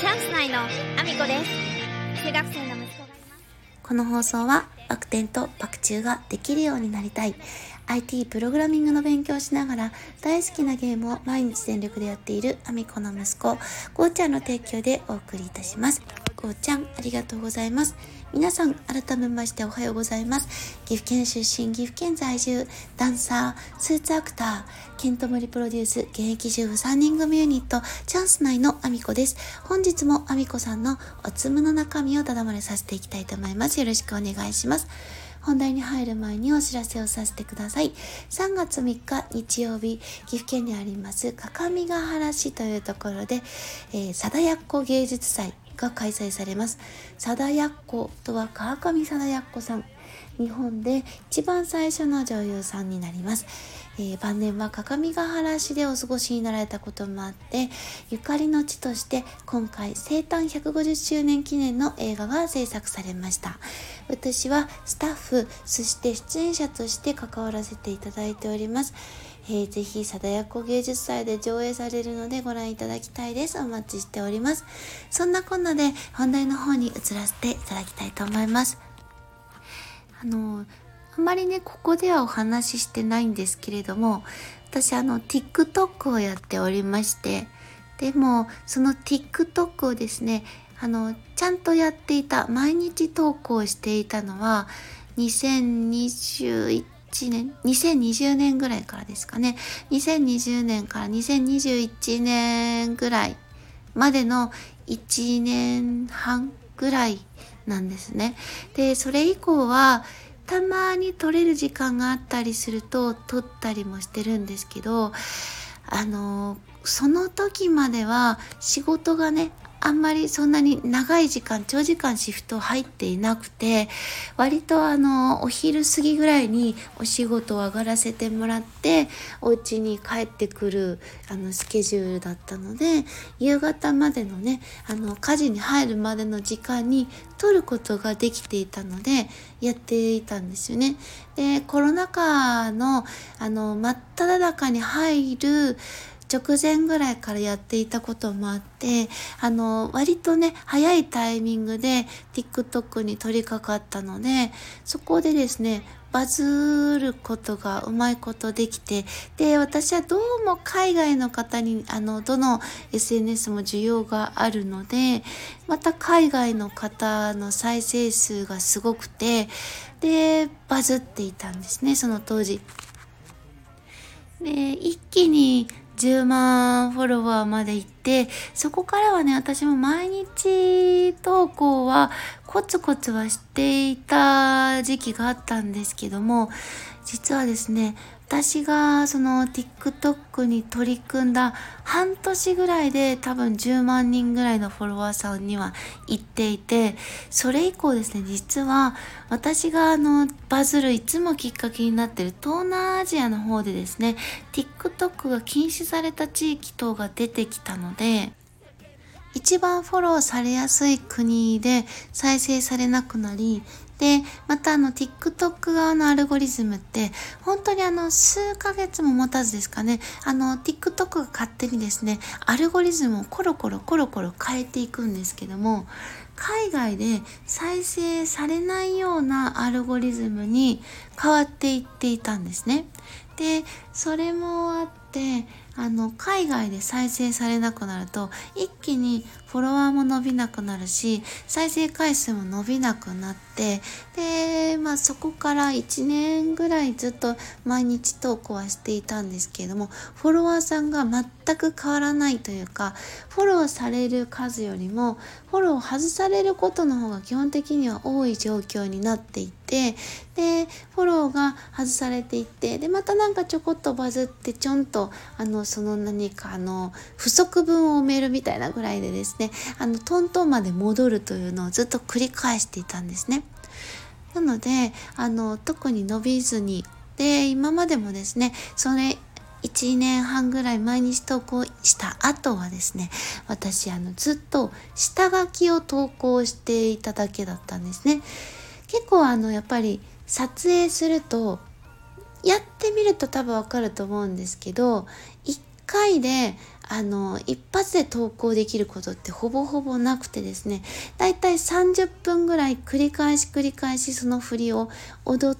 チャンス内のアミコです。中学生の息子がいます。 この放送はバク転とバク宙ができるようになりたい IT プログラミングの勉強をしながら大好きなゲームを毎日全力でやっているアミコの息子ゴーちゃんの提供でお送りいたします。ゴーちゃんありがとうございます。皆さん改めましておはようございます。岐阜県出身、岐阜県在住、ダンサー、スーツアクター、ケントモリプロデュース、現役主婦3人組ユニットチャンス内のアミコです。本日もアミコさんのおつむの中身をただ漏れさせていきたいと思います。よろしくお願いします。本題に入る前にお知らせをさせてください。3月3日日曜日、岐阜県にあります各務原市というところで、貞奴芸術祭が開催されます。貞奴とは川上貞奴さん。日本で一番最初の女優さんになります。晩年は各務原市でお過ごしになられたこともあって、ゆかりの地として今回生誕150周年記念の映画が制作されました。私はスタッフ、そして出演者として関わらせていただいております。ぜひ貞奴芸術祭で上映されるのでご覧いただきたいです。お待ちしております。そんなこんなで本題の方に移らせていただきたいと思います。あんまりねここではお話ししてないんですけれども、私TikTok をやっておりまして、でもその TikTok をですねちゃんとやっていた、毎日投稿していたのは2020年ぐらいからですかね。2020年から2021年ぐらいまでの1年半ぐらいなんですね。で、それ以降はたまに撮れる時間があったりすると撮ったりもしてるんですけど、その時までは仕事がねあんまりそんなに長い時間、長時間シフト入っていなくて、割とお昼過ぎぐらいにお仕事を上がらせてもらってお家に帰ってくるスケジュールだったので、夕方までのね家事に入るまでの時間に撮ることができていたのでやっていたんですよね。で、コロナ禍の真っ只中に入る直前ぐらいからやっていたこともあって、割とね早いタイミングで TikTok に取り掛かったので、そこでですねバズることがうまいことできて、で、私はどうも海外の方にどの SNS も需要があるので、また海外の方の再生数がすごくて、でバズっていたんですね、その当時。で、一気に10万フォロワーまで行って、そこからはね私も毎日投稿はコツコツはしていた時期があったんですけども、実はですね私がその TikTok に取り組んだ半年ぐらいで多分10万人ぐらいのフォロワーさんには行っていて、それ以降ですね実は私がバズるいつもきっかけになっている東南アジアの方でですね TikTok が禁止された地域等が出てきたので、一番フォローされやすい国で再生されなくなり、で、またTikTok 側のアルゴリズムって本当に数ヶ月も持たずですかね、TikTok が勝手にですねアルゴリズムをコロコロ変えていくんですけども、海外で再生されないようなアルゴリズムに変わっていっていたんですね。で、それもあって海外で再生されなくなると一気にフォロワーも伸びなくなるし、再生回数も伸びなくなって、で、そこから1年ぐらいずっと毎日投稿はしていたんですけれども、フォロワーさんが全く変わらないというか、フォローされる数よりもフォロー外されることの方が基本的には多い状況になっていて、でフォローが外されていって、でまたなんかちょこっとバズってちょんとその何か不足分を埋めるみたいなぐらいでですねトントンまで戻るというのをずっと繰り返していたんですね。なので特に伸びずに、で今までもですねそれ1年半ぐらい毎日投稿した後はですね、私ずっと下書きを投稿していただけだったんですね。結構やっぱり撮影するとやってみると多分わかると思うんですけど、1回で一発で投稿できることってほぼほぼなくてですね、だいたい30分ぐらい繰り返しその振りを踊って、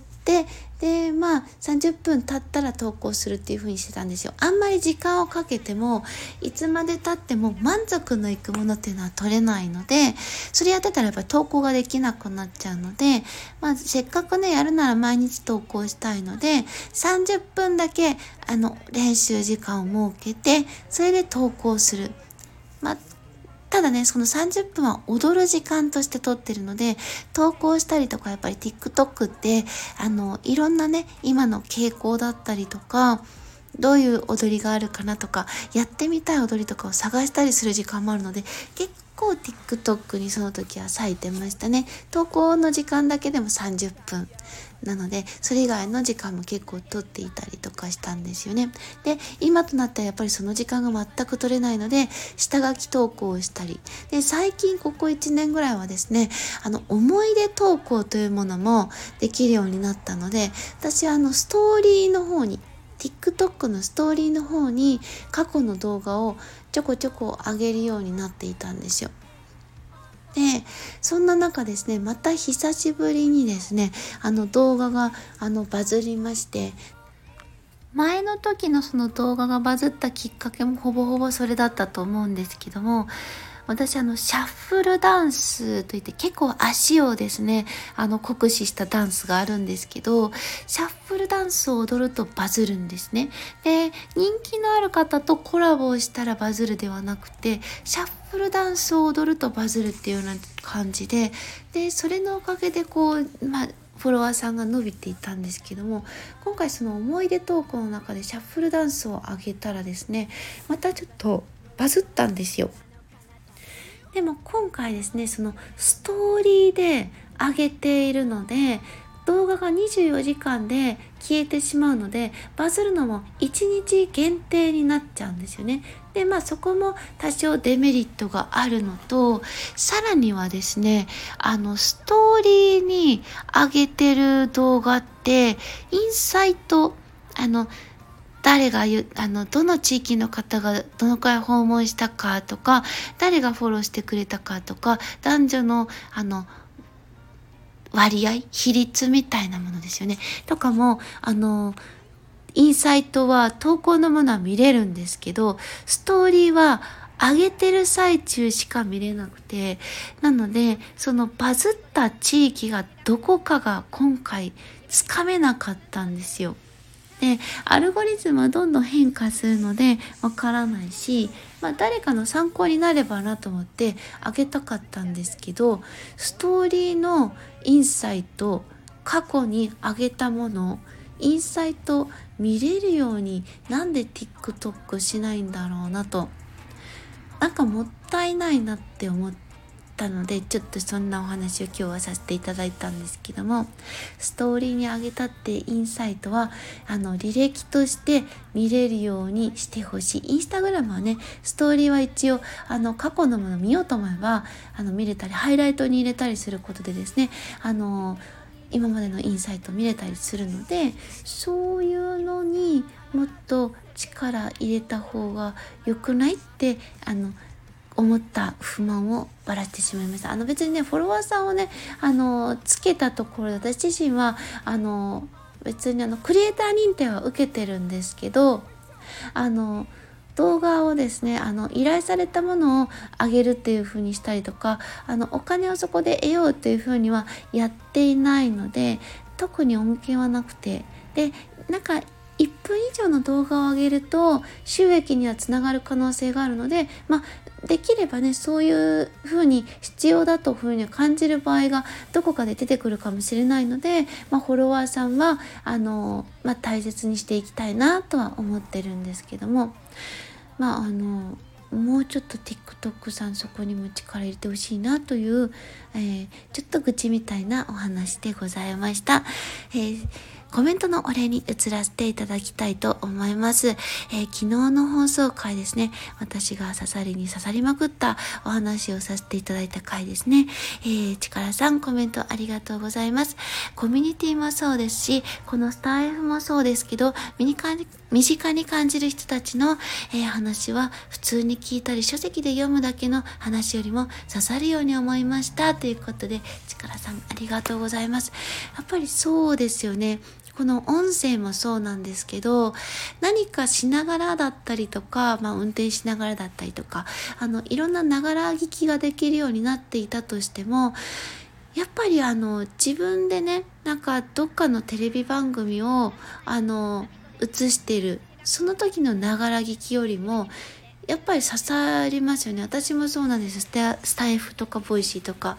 で30分経ったら投稿するっていう風にしてたんですよ。あんまり時間をかけてもいつまで経っても満足のいくものっていうのは取れないので、それやってたらやっぱり投稿ができなくなっちゃうので、せっかくねやるなら毎日投稿したいので、30分だけ練習時間を設けて、それで投稿する。ただね、その30分は踊る時間として撮ってるので、投稿したりとか、やっぱり TikTok って、いろんなね、今の傾向だったりとか、どういう踊りがあるかなとか、やってみたい踊りとかを探したりする時間もあるので、結構 TikTok にその時は割いてましたね。投稿の時間だけでも30分。なので、それ以外の時間も結構取っていたりとかしたんですよね。で、今となってはやっぱりその時間が全く取れないので、下書き投稿をしたり。で、最近ここ1年ぐらいはですね、思い出投稿というものもできるようになったので、私はストーリーの方に、TikTok のストーリーの方に過去の動画をちょこちょこ上げるようになっていたんですよ。で、そんな中ですね、また久しぶりにですね、動画がバズりまして、前の時のその動画がバズったきっかけもほぼほぼそれだったと思うんですけども、私シャッフルダンスといって結構足をですね、酷使したダンスがあるんですけど、シャッフルダンスを踊るとバズるんですね。で、人気のある方とコラボをしたらバズるではなくて、シャッフルダンスを踊るとバズるっていうような感じで、それのおかげでフォロワーさんが伸びていたんですけども、今回その思い出投稿の中でシャッフルダンスを上げたらですね、またちょっとバズったんですよ。でも今回ですね、そのストーリーで上げているので、動画が24時間で消えてしまうので、バズるのも1日限定になっちゃうんですよね。で、そこも多少デメリットがあるのと、さらにはですね、ストーリーに上げてる動画って、インサイト、誰がどの地域の方がどのくらい訪問したかとか、誰がフォローしてくれたかとか、男女の割合、比率みたいなものですよね。とかも、インサイトは投稿のものは見れるんですけど、ストーリーは上げてる最中しか見れなくて、なので、そのバズった地域がどこかが今回つかめなかったんですよ。で、アルゴリズムはどんどん変化するのでわからないし、誰かの参考になればなと思ってあげたかったんですけど、ストーリーのインサイト、過去に上げたもの、インサイト見れるようになんで TikTok しないんだろうなと、なんかもったいないなって思ったので、ちょっとそんなお話を今日はさせていただいたんですけども、ストーリーに上げたってインサイトは履歴として見れるようにしてほしい。インスタグラムはね、ストーリーは一応過去のものを見ようと思えば見れたり、ハイライトに入れたりすることでですね、今までのインサイト見れたりするので、そういうのにもっと力入れた方が良くないって思った不満をばらしてしまいました。別にね、フォロワーさんをねつけたところで、私自身は別にクリエイター認定は受けてるんですけど、動画をですね依頼されたものをあげるっていう風にしたりとか、お金をそこで得ようっていう風にはやっていないので、特に恩恵はなくて、で1分以上の動画を上げると収益にはつながる可能性があるので、できればね、そういう風に必要だという風に感じる場合がどこかで出てくるかもしれないので、フォロワーさんは大切にしていきたいなとは思ってるんですけども、もうちょっと TikTok さんそこにも力入れてほしいなという、ちょっと愚痴みたいなお話でございました。 コメントのお礼に移らせていただきたいと思います。昨日の放送回ですね、私が刺さりまくったお話をさせていただいた回ですね。力さんコメントありがとうございます。コミュニティもそうですし、このスタイフもそうですけど、身近に感じる人たちの、話は普通に聞いたり書籍で読むだけの話よりも刺さるように思いましたということで、力さんありがとうございます。やっぱりそうですよね。この音声もそうなんですけど、何かしながらだったりとか、運転しながらだったりとか、いろんなながら聞きができるようになっていたとしても、やっぱり自分でね、どっかのテレビ番組を映してる、その時のながら聞きよりもやっぱり刺さりますよね。私もそうなんです。スタイフとかボイシーとか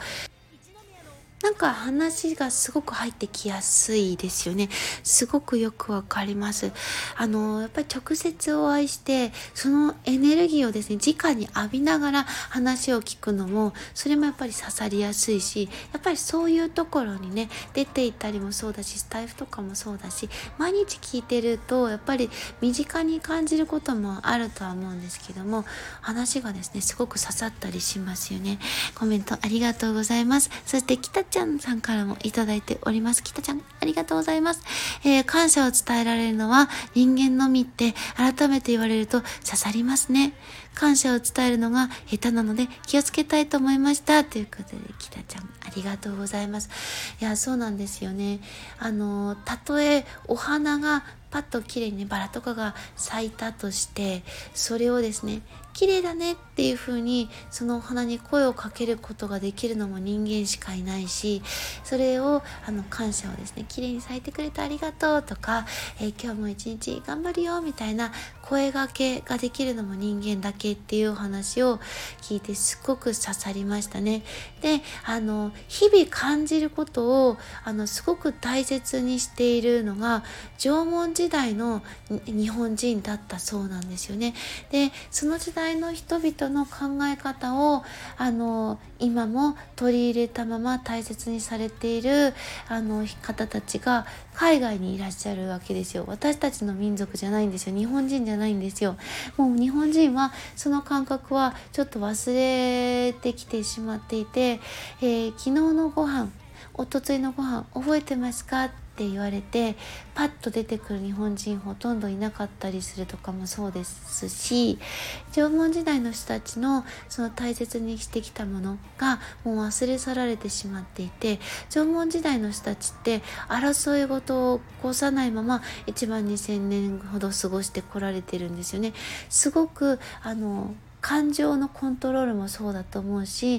話がすごく入ってきやすいですよね。すごくよくわかります。やっぱり直接お会いしてそのエネルギーをですね、直に浴びながら話を聞くのも、それもやっぱり刺さりやすいし、やっぱりそういうところにね、出ていったりもそうだし、スタイフとかもそうだし、毎日聞いてるとやっぱり身近に感じることもあるとは思うんですけども、話がですね、すごく刺さったりしますよね。コメントありがとうございます。そして北ちゃんさんからもいただいております。北ちゃんありがとうございます。感謝を伝えられるのは人間のみって改めて言われると刺さりますね。感謝を伝えるのが下手なので気をつけたいと思いましたということで、北ちゃんありがとうございます。いや、そうなんですよね。たとえお花がパッと綺麗にね、バラとかが咲いたとして、それをですね、綺麗だねっていう風にそのお花に声をかけることができるのも人間しかいないし、それを感謝をですね、綺麗に咲いてくれてありがとうとか、今日も一日頑張るよみたいな声掛けができるのも人間だけっていうお話を聞いてすごく刺さりましたね。で、日々感じることをすごく大切にしているのが縄文時代の日本人だったそうなんですよね。で、その時代の人々の考え方を今も取り入れたまま大切にされている方たちが海外にいらっしゃるわけですよ。私たちの民族じゃないんですよ。日本人じゃないんですよ。もう日本人はその感覚はちょっと忘れてきてしまっていて、昨日のご飯、おとついのご飯覚えてますかって言われてパッと出てくる日本人ほとんどいなかったりするとかもそうですし、縄文時代の人たちのその大切にしてきたものがもう忘れ去られてしまっていて、縄文時代の人たちって争い事を起こさないまま1万2000年ほど過ごしてこられてるんですよね。すごく感情のコントロールもそうだと思うし、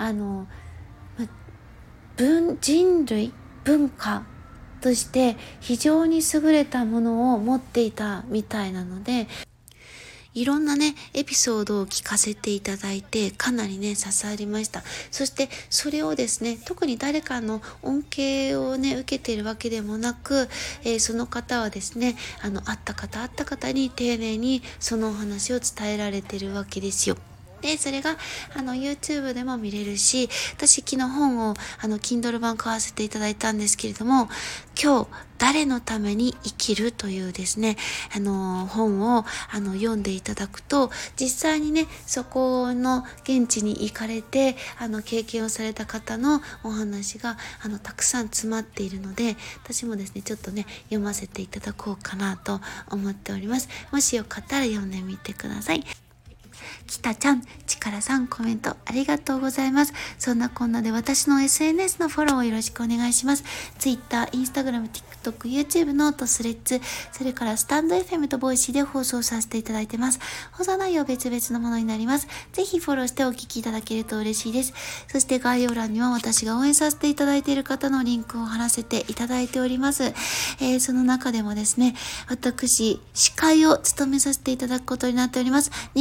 人類文化として非常に優れたものを持っていたみたいなので、いろんなねエピソードを聞かせていただいてかなりね刺さりました。そしてそれをですね、特に誰かの恩恵をね受けているわけでもなく、その方はですね会った方に丁寧にそのお話を伝えられているわけですよ。で、それがYouTube でも見れるし、私昨日本をKindle 版買わせていただいたんですけれども、今日誰のために生きるというですね本を読んでいただくと、実際にねそこの現地に行かれて経験をされた方のお話がたくさん詰まっているので、私もですねちょっとね読ませていただこうかなと思っております。もしよかったら読んでみてください。北ちゃん、力さんコメントありがとうございます。そんなこんなで私の SNS のフォローをよろしくお願いします。Twitter、Instagram、TikTok、YouTube、ノート、スレッズ、それからスタンド FM とボイシーで放送させていただいてます。放送内容別々のものになります。ぜひフォローしてお聞きいただけると嬉しいです。そして概要欄には私が応援させていただいている方のリンクを貼らせていただいております。その中でもですね、私、司会を務めさせていただくことになっております。2月3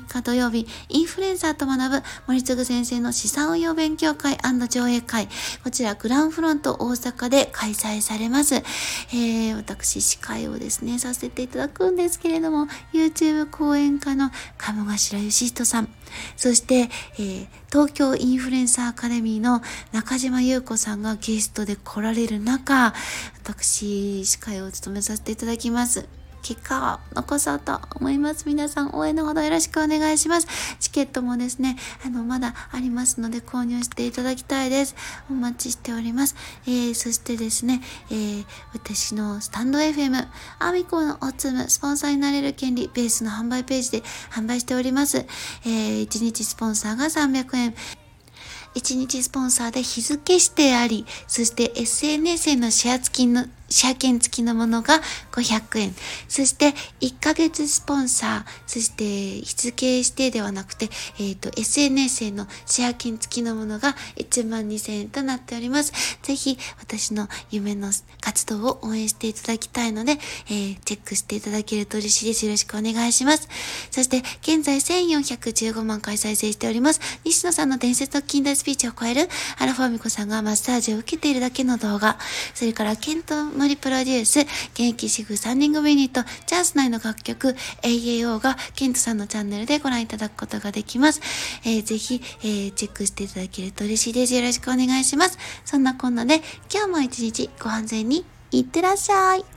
3日土曜日、インフルエンサーと学ぶ森次先生の資産運用勉強会&上映会。こちらグランフロント大阪で開催されます。私、司会をですね、させていただくんですけれども、YouTube 講演家の鴨頭義人さん、そして、東京インフルエンサーアカデミーの中島優子さんがゲストで来られる中、私、司会を務めさせていただきます。結果を残そうと思います。皆さん応援のほどよろしくお願いします。チケットもですね、まだありますので購入していただきたいです。お待ちしております。そしてですね、私のスタンド FM、アミコのおつむ、スポンサーになれる権利、ベースの販売ページで販売しております。1日スポンサーが300円。1日スポンサーで日付指定あり、そして SNS へのシェア券付きのものが500円。そして1ヶ月スポンサー、そして日付指定ではなくて、SNS へのシェア券付きのものが12,000円となっております。ぜひ私の夢の活動を応援していただきたいので、チェックしていただけると嬉しいです。よろしくお願いします。そして現在1415万回再生しております。西野さんの伝説の近代スピーチを超えるアラフォーミコさんがマッサージを受けているだけの動画、それからケント森プロデュース、現役主婦3人組ユニット、チャンス内の楽曲、AAO がケントさんのチャンネルでご覧いただくことができます。ぜひ、チェックしていただけると嬉しいです。よろしくお願いします。そんなこんなで、今日も一日ご安全にいってらっしゃい。